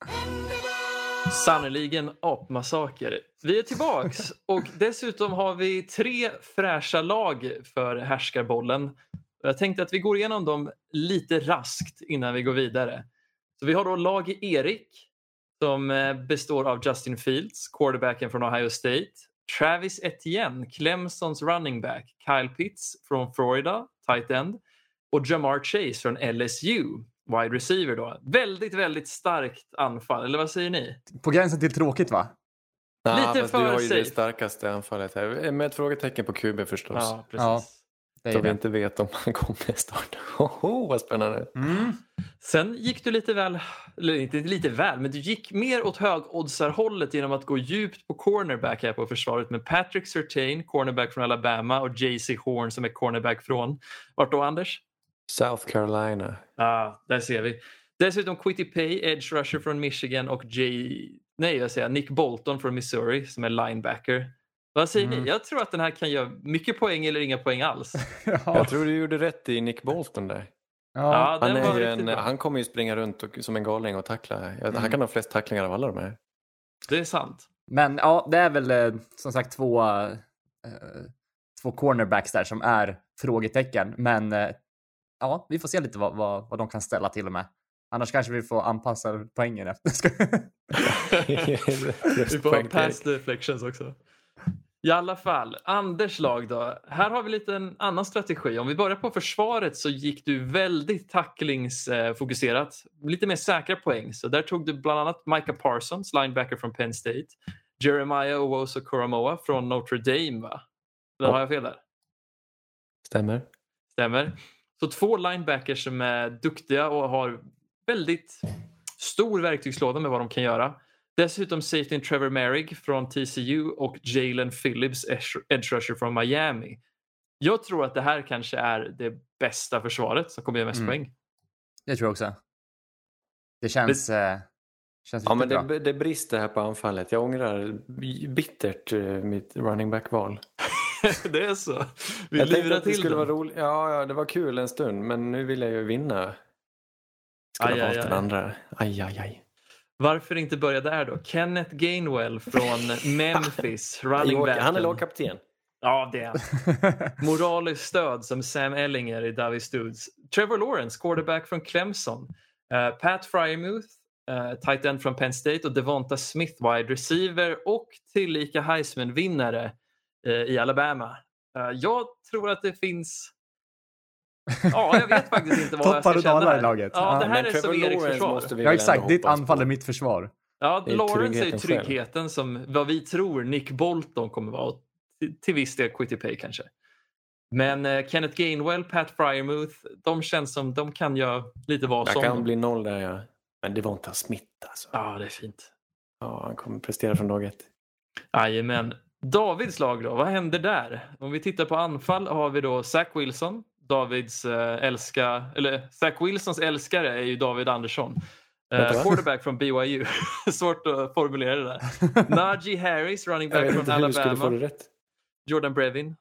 Sannoliken apmassaker. Vi är tillbaks och dessutom har vi 3 fräscha lag för härskarbollen. Jag tänkte att vi går igenom dem lite raskt innan vi går vidare. Så vi har då lag Erik som består av Justin Fields, quarterbacken från Ohio State, Travis Etienne, Clemsons running back, Kyle Pitts från Florida, tight end, och Jamar Chase från LSU, wide receiver då. Väldigt, väldigt starkt anfall, eller vad säger ni? På gränsen till tråkigt, va? Lite för du har ju safe. det starkaste anfallet här. Med ett frågetecken på QB förstås. Ja, precis. Ja, så vi inte vet om han kommer starta. Vad spännande. Sen gick du lite väl, eller inte lite väl, men du gick mer åt högoddsarhållet genom att gå djupt på cornerback här på försvaret med Patrick Surtain, cornerback från Alabama, och JC Horn som är cornerback från, vart då, Anders? South Carolina. Ja, där ser vi. Dessutom Quitty Pay, edge rusher från Michigan, och Nick Bolton från Missouri som är linebacker. Vad säger ni? Jag tror att den här kan göra mycket poäng eller inga poäng alls. Ja. Jag tror du gjorde rätt i Nick Bolton där. Ja, Han kommer ju springa runt som en galning och tackla. Han kan ha flest tacklingar av alla de här. Det är sant. Men ja, det är väl som sagt två cornerbacks där som är frågetecken. Men ja, vi får se lite vad de kan ställa till med. Annars kanske vi får anpassa poängen efter. Vi får ha pass deflections också. I alla fall, Anders lag då. Här har vi lite en annan strategi. Om vi börjar på försvaret så gick du väldigt tacklingsfokuserat. Lite mer säkra poäng. Så där tog du bland annat Micah Parsons, linebacker från Penn State. Jeremiah Owusu-Koramoah från Notre Dame, va? Eller har jag fel där? Stämmer. Så 2 linebackers som är duktiga och har väldigt stor verktygslåda med vad de kan göra. Dessutom safety Trevor Merrick från TCU och Jalen Phillips, edge rusher från Miami. Jag tror att det här kanske är det bästa försvaret som kommer ge mest poäng. Det tror jag också. Det känns ja, men bra. Det brister här på anfallet. Jag ångrar bittert mitt running back-val. Det är så. Jag tänkte att det skulle vara roligt. Ja, det var kul en stund, men nu vill jag ju vinna. Skulle ha valt den andra. Aj. Varför inte börja där då? Kenneth Gainwell från Memphis, running back. Han är lagkapten. Ja, det är moraliskt stöd som Sam Ellinger i Davis Studs. Trevor Lawrence, quarterback från Clemson. Pat Fryermuth, tight end från Penn State. Och Devonta Smith, wide receiver. Och tillika Heisman-vinnare i Alabama. Jag tror att det finns... Ja, jag vet faktiskt inte vad jag ska känna här. I laget. Ja, det här är som Eriks försvar. Ja, exakt. Ditt anfall är mitt försvar. Ja, Lawrence är ju tryggheten som vad vi tror Nick Bolton kommer vara. Till viss del Quitty Pay kanske. Men Kenneth Gainwell, Pat Fryermuth, de känns som de kan göra lite vad som. Jag kan bli 0 där, ja. Men det var inte Smith alltså. Ja, det är fint. Ja, han kommer prestera från dag 1. Jajamän. Davids lag då, vad händer där? Om vi tittar på anfall har vi då Zach Wilson. Zach Wilsons älskare är ju David Andersson. Quarterback från BYU. Svårt att formulera det där. Najee Harris, running back från Alabama. Jordan Brevin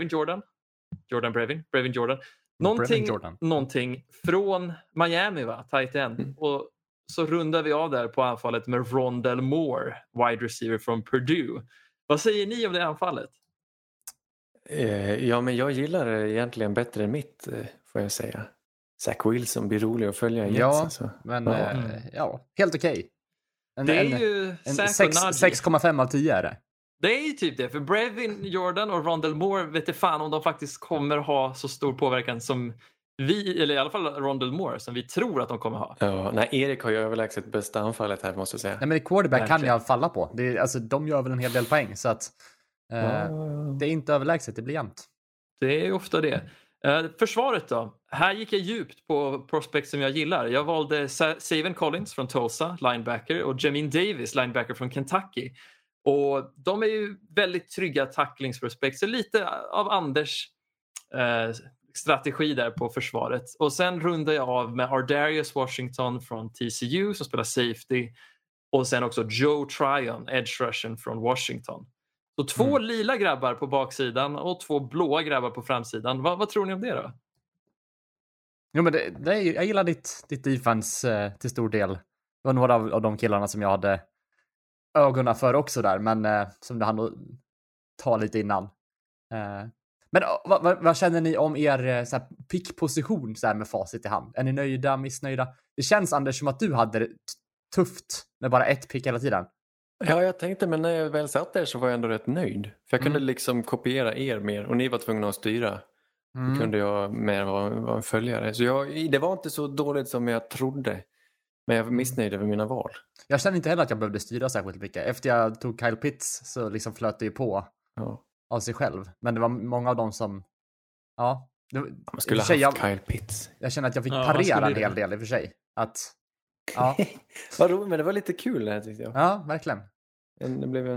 Jordan. Någonting från Miami, va? Tight end. Och så rundar vi av där på anfallet med Rondell Moore, wide receiver från Purdue. Vad säger ni om det anfallet? Ja, men jag gillar det egentligen bättre än mitt, får jag säga. Zach Wilson blir rolig att följa i Jets. Ja, alltså. Men helt okej. Det är ju 6,5 av 10 är det. Det är ju typ det, för Brevin Jordan och Rondell Moore vet inte fan om de faktiskt kommer ha så stor påverkan som vi, eller i alla fall Rondell Moore, som vi tror att de kommer ha. Ja, nej, Erik har ju överlägset bästa anfallet här, måste jag säga. Nej, men quarterback kan jag falla på. Det är, alltså, de gör väl en hel del poäng, så att det är inte överlägset, det blir jämnt. Det är ofta det. Försvaret då? Här gick jag djupt på prospect som jag gillar. Jag valde Savion Collins från Tulsa, linebacker, och Jamin Davis, linebacker från Kentucky. Och de är ju väldigt trygga tacklingsprospekt. Så lite av Anders strategi där på försvaret. Och sen rundar jag av med Ardarius Washington från TCU som spelar safety. Och sen också Joe Tryon, edge rushen från Washington. Så 2 lila grabbar på baksidan och 2 blåa grabbar på framsidan. Vad tror ni om det då? Jo, men jag gillar ditt defense till stor del. Det var några av de killarna som jag hade ögonen för också där, men som det hann ta lite innan. Men vad känner ni om er så här, pickposition så här, med facit i hand? Är ni nöjda, missnöjda? Det känns, Anders, som att du hade det tufft med bara ett pick hela tiden. Ja, jag tänkte, men när jag väl satt där så var jag ändå rätt nöjd. För jag kunde liksom kopiera er mer och ni var tvungna att styra. Då kunde jag mer vara en följare. Så det var inte så dåligt som jag trodde. Men jag var missnöjd över mina val. Jag känner inte heller att jag behövde styra särskilt mycket. Efter jag tog Kyle Pitts så liksom flöt det ju på av sig själv. Men det var många av dem som... Ja. Man skulle ha haft Kyle Pitts. Jag känner att jag fick parera en hel del i och för sig. Ja. Vad roligt, men det var lite kul det här, tyckte jag. Ja, verkligen. Det blev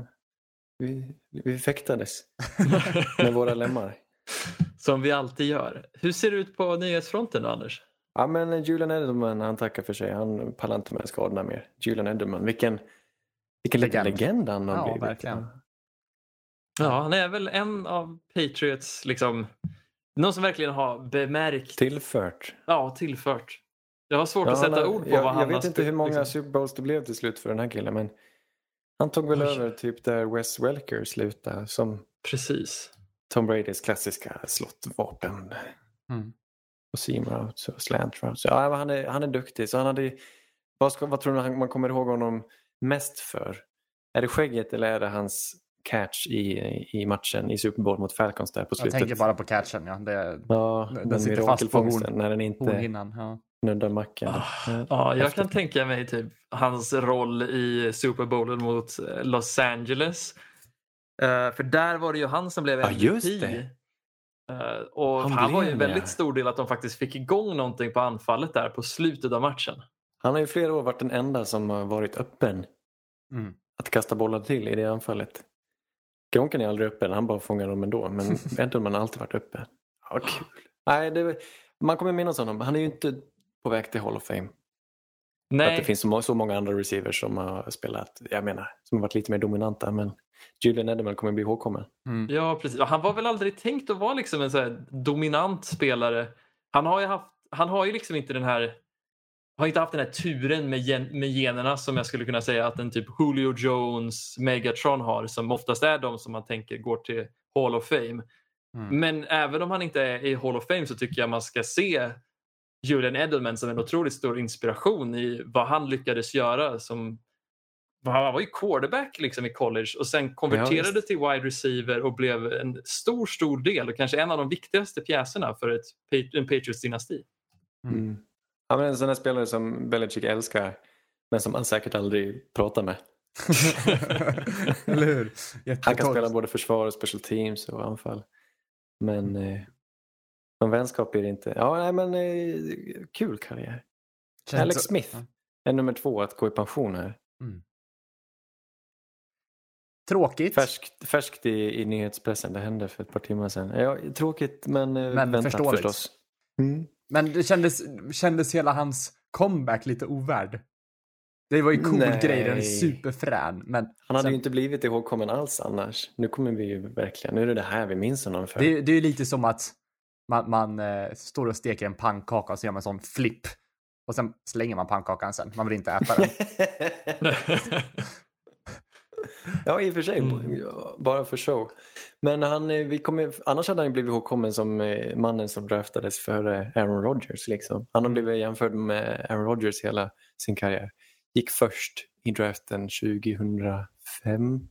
vi fäktades med våra lemmar. Som vi alltid gör. Hur ser det ut på nyhetsfronten då, Anders? Ja, men Julian Edelman, han tackar för sig. Han pallar inte med skadorna mer. Julian Edelman, vilken legend han har blivit. Verkligen. Ja, han är väl en av Patriots, liksom, någon som verkligen har bemärkt. Tillfört. Ja, tillfört. Jag har svårt att sätta ord på vad han har. Jag vet inte hur många Super Bowls det blev till slut för den här killen, men han tog väl över typ där Wes Welker slutade, som precis Tom Bradys klassiska slottvapen. Och seam routes och slant routes. Ja, han är duktig. Så han hade, vad tror du man kommer ihåg honom mest för? Är det skägget eller är det hans catch i matchen i Super Bowl mot Falcons där på slutet? Jag tänker bara på catchen, ja. Den sitter fast på när den inte nuddar macken. Jag kan tänka mig typ hans roll i Super Bowlen mot Los Angeles. För där var det ju han som blev MVP. Ja, just det. Och han var ju en väldigt stor del att de faktiskt fick igång någonting på anfallet där på slutet av matchen. Han har ju flera år varit den enda som har varit öppen att kasta bollar till i det anfallet. Gronken är aldrig öppen, han bara fångar dem ändå. Men Edelman har alltid varit öppen. Ja, kul. Nej, man kommer minnas honom. Han är ju inte på väg till Hall of Fame. Nej. Att det finns så många andra receivers som har spelat, som har varit lite mer dominanta. Men Julian Edelman kommer bli ihågkommen. Ja, precis. Han var väl aldrig tänkt att vara liksom en så här dominant spelare. Han har ju liksom inte har inte haft den här turen med generna som jag skulle kunna säga att en typ Julio Jones, Megatron har, som oftast är de som man tänker går till Hall of Fame. Men även om han inte är i Hall of Fame så tycker jag man ska se Julian Edelman som en otroligt stor inspiration i vad han lyckades göra. Han var ju quarterback liksom i college och sen konverterade till wide receiver och blev en stor del och kanske en av de viktigaste pjäserna för en Patriots-dynasti. Ja, men en sån här spelare som Belichick älskar men som han säkert aldrig pratar med. Eller hur? Han kan spela både försvar och special teams och anfall. Men någon vänskap är det inte. Ja, nej, men kul karriär. Alex Smith är nummer 2 att gå i pension här. Tråkigt. Färskt i nyhetspressen. Det hände för ett par timmar sedan. Ja, tråkigt men väntat förstås. Men det kändes hela hans comeback lite ovärd. Det var ju cool grej, den är superfrän. Men han hade ju inte blivit ihågkommen alls annars. Nu kommer vi ju verkligen, nu är det här vi minns honom för. Det är ju lite som att man står och steker en pannkaka och så gör man en sån flip. Och sen slänger man pannkakan sen. Man vill inte äta den. Ja, i och för sig. Bara för show. Men annars hade han blivit ihågkommen som mannen som draftades för Aaron Rodgers. Liksom. Han har blivit jämförd med Aaron Rodgers hela sin karriär. Gick först i draften 2005.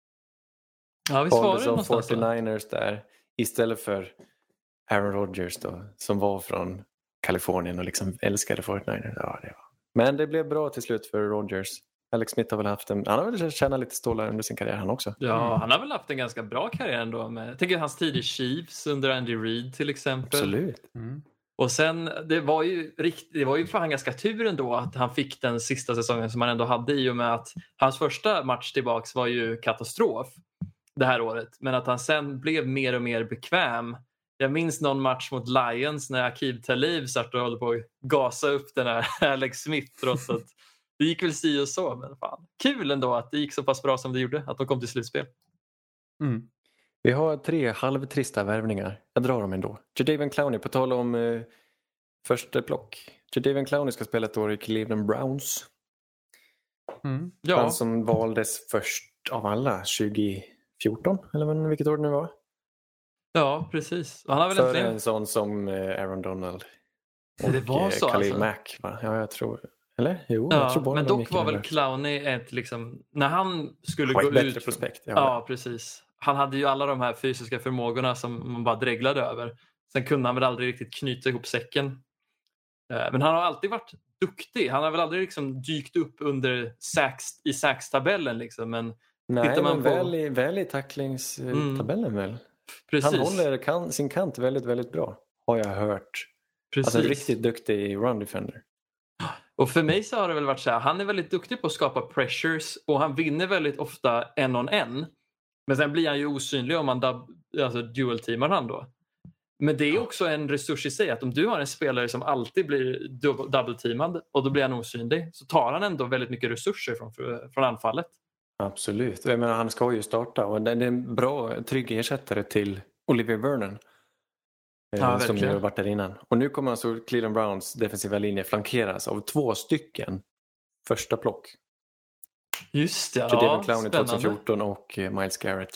Ja, visst var det som någonstans 49ers där. Istället för Aaron Rodgers då, som var från Kalifornien och liksom älskade 49ers. Ja, det var. Men det blev bra till slut för Rodgers. Alex Smith har väl han har väl tjänat lite stålar under sin karriär han också. Ja, han har väl haft en ganska bra karriär ändå. Jag tänker hans tid i Chiefs under Andy Reid till exempel. Absolut. Och sen, det var ju fan ganska tur ändå att han fick den sista säsongen som han ändå hade i och med att hans första match tillbaks var ju katastrof det här året. Men att han sen blev mer och mer bekväm. Jag minns någon match mot Lions när Aqib Talib satt och höll på att gasa upp den här Alex Smith trots att det gick väl si och så, men fan. Kul ändå att det gick så pass bra som det gjorde, att de kom till slutspel. Vi har 3 halvtrista värvningar. Jag drar dem ändå. Jadeveon Clowney, på tal om första plock. Jadeveon Clowney ska spela ett år i Cleveland Browns. Ja. Han som valdes först av alla 2014, eller vilket år det nu var. Ja, precis. Och han har väl för en sån som Aaron Donald och det var så, Khalil alltså. Mack, va? Ja, jag tror. Eller? Jo, ja, jag tror bara men dock var väl Clowney ett liksom, när han skulle gå ut prospekt, ja, precis. Han hade ju alla de här fysiska förmågorna som man bara dreglade över. Sen kunde han väl aldrig riktigt knyta ihop säcken. Men han har alltid varit duktig. Han har väl aldrig liksom dykt upp under i sacks-tabellen liksom, men nej, man väl i tacklingstabellen väl. Precis. Han håller sin kant väldigt, väldigt bra, har jag hört. Precis. Alltså riktigt duktig run defender. Och för mig så har det väl varit så här, han är väldigt duktig på att skapa pressures och han vinner väldigt ofta 1-on-1. Men sen blir han ju osynlig om man dual-teamar han då. Men det är också en resurs i sig att om du har en spelare som alltid blir double-teamad och då blir han osynlig så tar han ändå väldigt mycket resurser från anfallet. Absolut. Jag menar, han ska ju starta och det är en bra, trygg ersättare till Olivier Vernon. Ja, som ju har varit där innan. Och nu kommer alltså Cleveland Browns defensiva linje flankeras av 2 stycken första plock. Just det, Jadeveon Clowney 2014 och Myles Garrett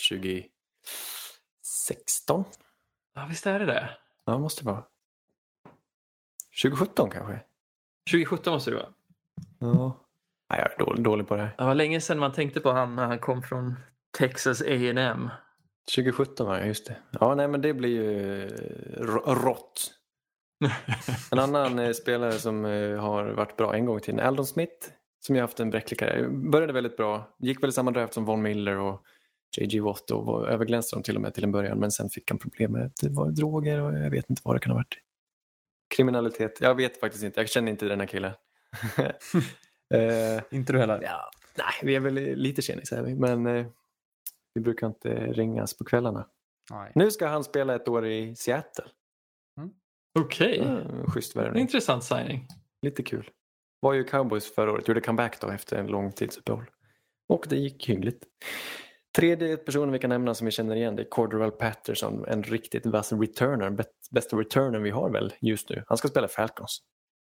2016. Ja, visst är det. Ja, måste vara. 2017 kanske? 2017 måste det vara. Ja. Nej, jag är dålig på det här. Det var länge sedan man tänkte på han när han kom från Texas A&M. 2017 var just det. Ja, nej, men det blir ju rått. En annan spelare som har varit bra en gång till, Aldon Smith, som jag har haft en bräcklig karriär. Började väldigt bra. Gick väl samma draft som Von Miller och J.J. Watt och överglänste dem till och med till en början, men sen fick han problem med att det var droger och jag vet inte vad det kan ha varit. Kriminalitet, jag vet faktiskt inte, jag känner inte den här killen. Inte du heller? Ja, nej, vi är väl lite tjenis här, men vi brukar inte ringas på kvällarna. Nej. Nu ska han spela ett år i Seattle. Okej. Schysst värvning. Intressant signing. Lite kul. Var ju Cowboys förra året, gjorde comeback då efter en lång tidsuppehåll. Och det gick hyggligt. Tredje personen vi kan nämna som vi känner igen, det är Cordarrelle Patterson, en riktigt vass returner, bästa returner vi har väl just nu. Han ska spela Falcons.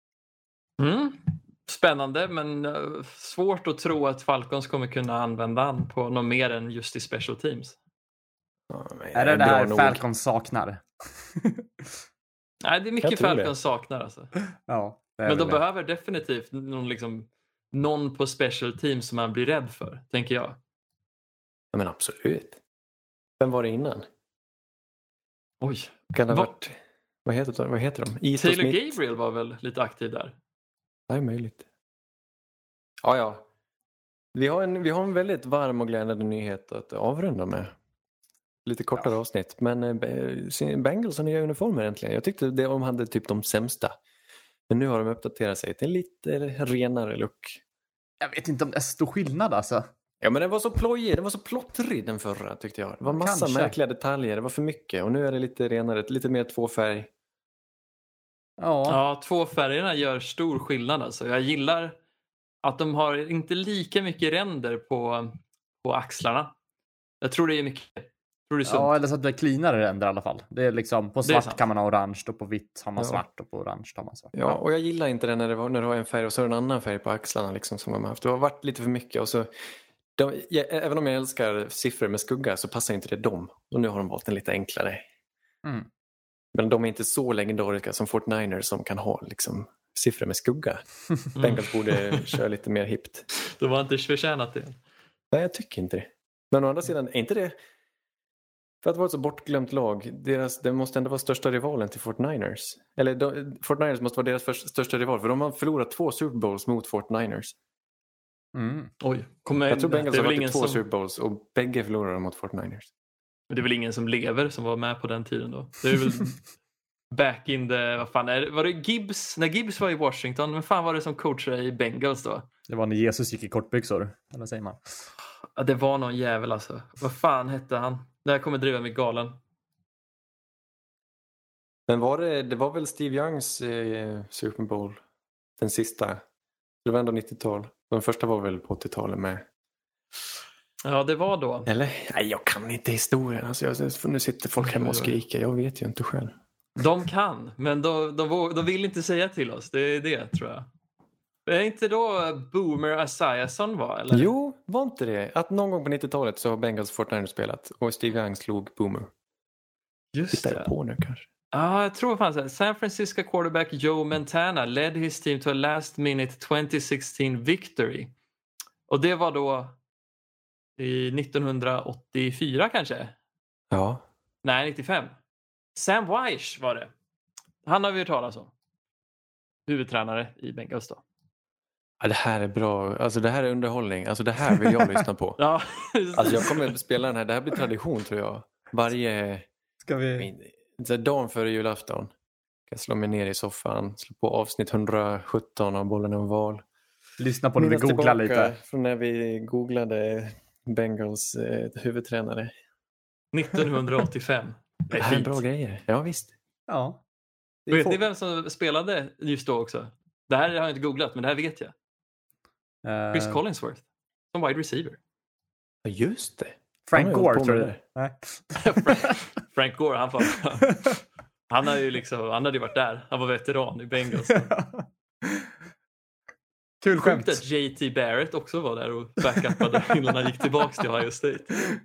Spännande, men svårt att tro att Falcons kommer kunna använda han på något mer än just i special teams. Är det här Falcons saknar? Nej, det är mycket Falcons saknar alltså. Ja, men de behöver definitivt någon på special teams som man blir rädd för, tänker jag. Ja, men absolut. Vem var det innan? Oj. Kan det ha varit... Vad heter de? Taylor Gabriel var väl lite aktiv där? Det är möjligt. Ja. Vi har en väldigt varm och glädjande nyhet att avrunda med. Lite kortare avsnitt. Men Bengals har nya uniformer äntligen. Jag tyckte de hade typ de sämsta. Men nu har de uppdaterat sig till en lite renare look. Jag vet inte om det är stor skillnad alltså. Ja, men den var så plojig, den var så plottrig den förra tyckte jag. Det var massa märkliga detaljer, det var för mycket. Och nu är det lite renare, lite mer tvåfärg. Ja, tvåfärgerna gör stor skillnad alltså. Jag gillar att de har inte lika mycket ränder på axlarna. Jag tror det är mycket. Det är ja, eller så att det är cleanare ränder i alla fall. Det är liksom, på svart kan man ha orange och på vitt har man svart och på orange har man svart. Ja, och jag gillar inte det när du har en färg och så är det en annan färg på axlarna liksom, som de har haft. Det har varit lite för mycket och så... även om jag älskar siffror med skugga så passar inte det dem. Och nu har de valt en lite enklare. Men de är inte så legendariska som 49ers som kan ha liksom, siffror med skugga. Bengals borde köra lite mer hippt. Det var inte förtjänat det. Nej, jag tycker inte det. Men å andra sidan, är inte det... För att vara ett så bortglömt lag, det måste ändå vara största rivalen till 49ers. Eller 49ers måste vara deras största rival, för de har förlorat 2 Super Bowls mot 49ers. Oj, jag tror Bengals har varit i 2 Super Bowls och bägge förlorade mot 49ers. Det är väl ingen som lever som var med på den tiden då. Det är väl back in the... Vad fan är det? Var det Gibbs? När Gibbs var i Washington, men fan var det som coachade i Bengals då? Det var när Jesus gick i kortbyxor, eller säger man? Ja, det var någon jävel alltså. Vad fan hette han? Det här kommer driva mig galen. Men det var väl Steve Youngs Super Bowl, den sista. Det var ändå 90-tal. Den första var väl på 80-talet med. Ja, det var då. Eller? Nej, jag kan inte historien. Alltså, nu sitter folk hemma och skriker. Jag vet ju inte själv. De kan, men de vill inte säga till oss. Det är det, tror jag. Är inte då Boomer Esiason var, eller? Jo, var inte det? Att någon gång på 90-talet så har Bengals 49ers spelat och Steve Young slog Boomer. Just det. På nu kanske. Ja, jag tror fan så här. San Francisco quarterback Joe Montana led his team to a last minute 2016 victory. Och det var då i 1984 kanske? Ja. Nej, 95. Sam Wyche var det. Han har vi hört talas om. Huvudtränare i Bengals då. Ja, det här är bra. Alltså det här är underhållning. Alltså det här vill jag lyssna på. Ja. Alltså jag kommer att spela den här. Det här blir tradition tror jag. Varje... Ska vi... dagen före julafton. Jag slår mig ner i soffan. Slår på avsnitt 117 av Bollen och val. Lyssna på när vi googlar lite. Från när vi googlade Bengals huvudtränare. 1985. Det här är bra grejer. Ja visst. Ja. Vet ni vem som spelade just då också? Det här har jag inte googlat, men det här vet jag. Chris Collinsworth. Som wide receiver. Ja, just det. Frank Gore tror jag. Nej. Frank Gore, han har ju liksom, han hade ju varit där. Han var veteran i Bengals. Kul skämt. Att JT Barrett också var där och backupade innan han gick tillbaka till Ohio State.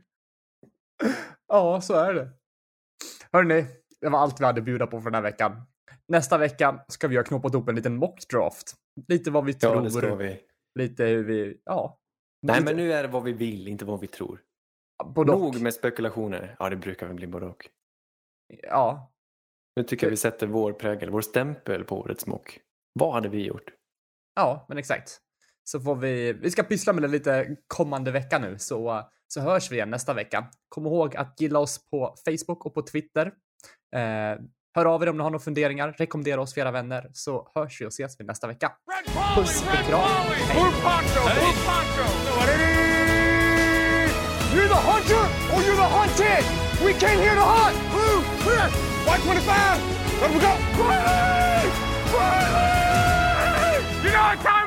Ja, så är det. Hörrni, det var allt vi hade att bjuda på för den här veckan. Nästa vecka ska vi ha knoppat upp en liten mockdraft. Lite vad vi tror. Ja, det ska vi. Lite hur vi, ja. Nej, lite... men nu är det vad vi vill, inte vad vi tror. Nog med spekulationer. Ja, det brukar väl bli både och. Ja. Nu tycker jag vi sätter vår prägel, vår stämpel på årets mock. Vad hade vi gjort? Ja, men exakt. Så får vi ska pyssla med det lite kommande vecka nu. Så så hörs vi igen nästa vecka. Kom ihåg att gilla oss på Facebook och på Twitter. Hör av er om ni har några funderingar. Rekommendera oss för era vänner. Så hörs vi och ses vi nästa vecka. Puss och kram. You're the hunter or you're the hunted. We came here to hunt. Blue, clear. White 25. Let we go. Riley! Riley! You know what time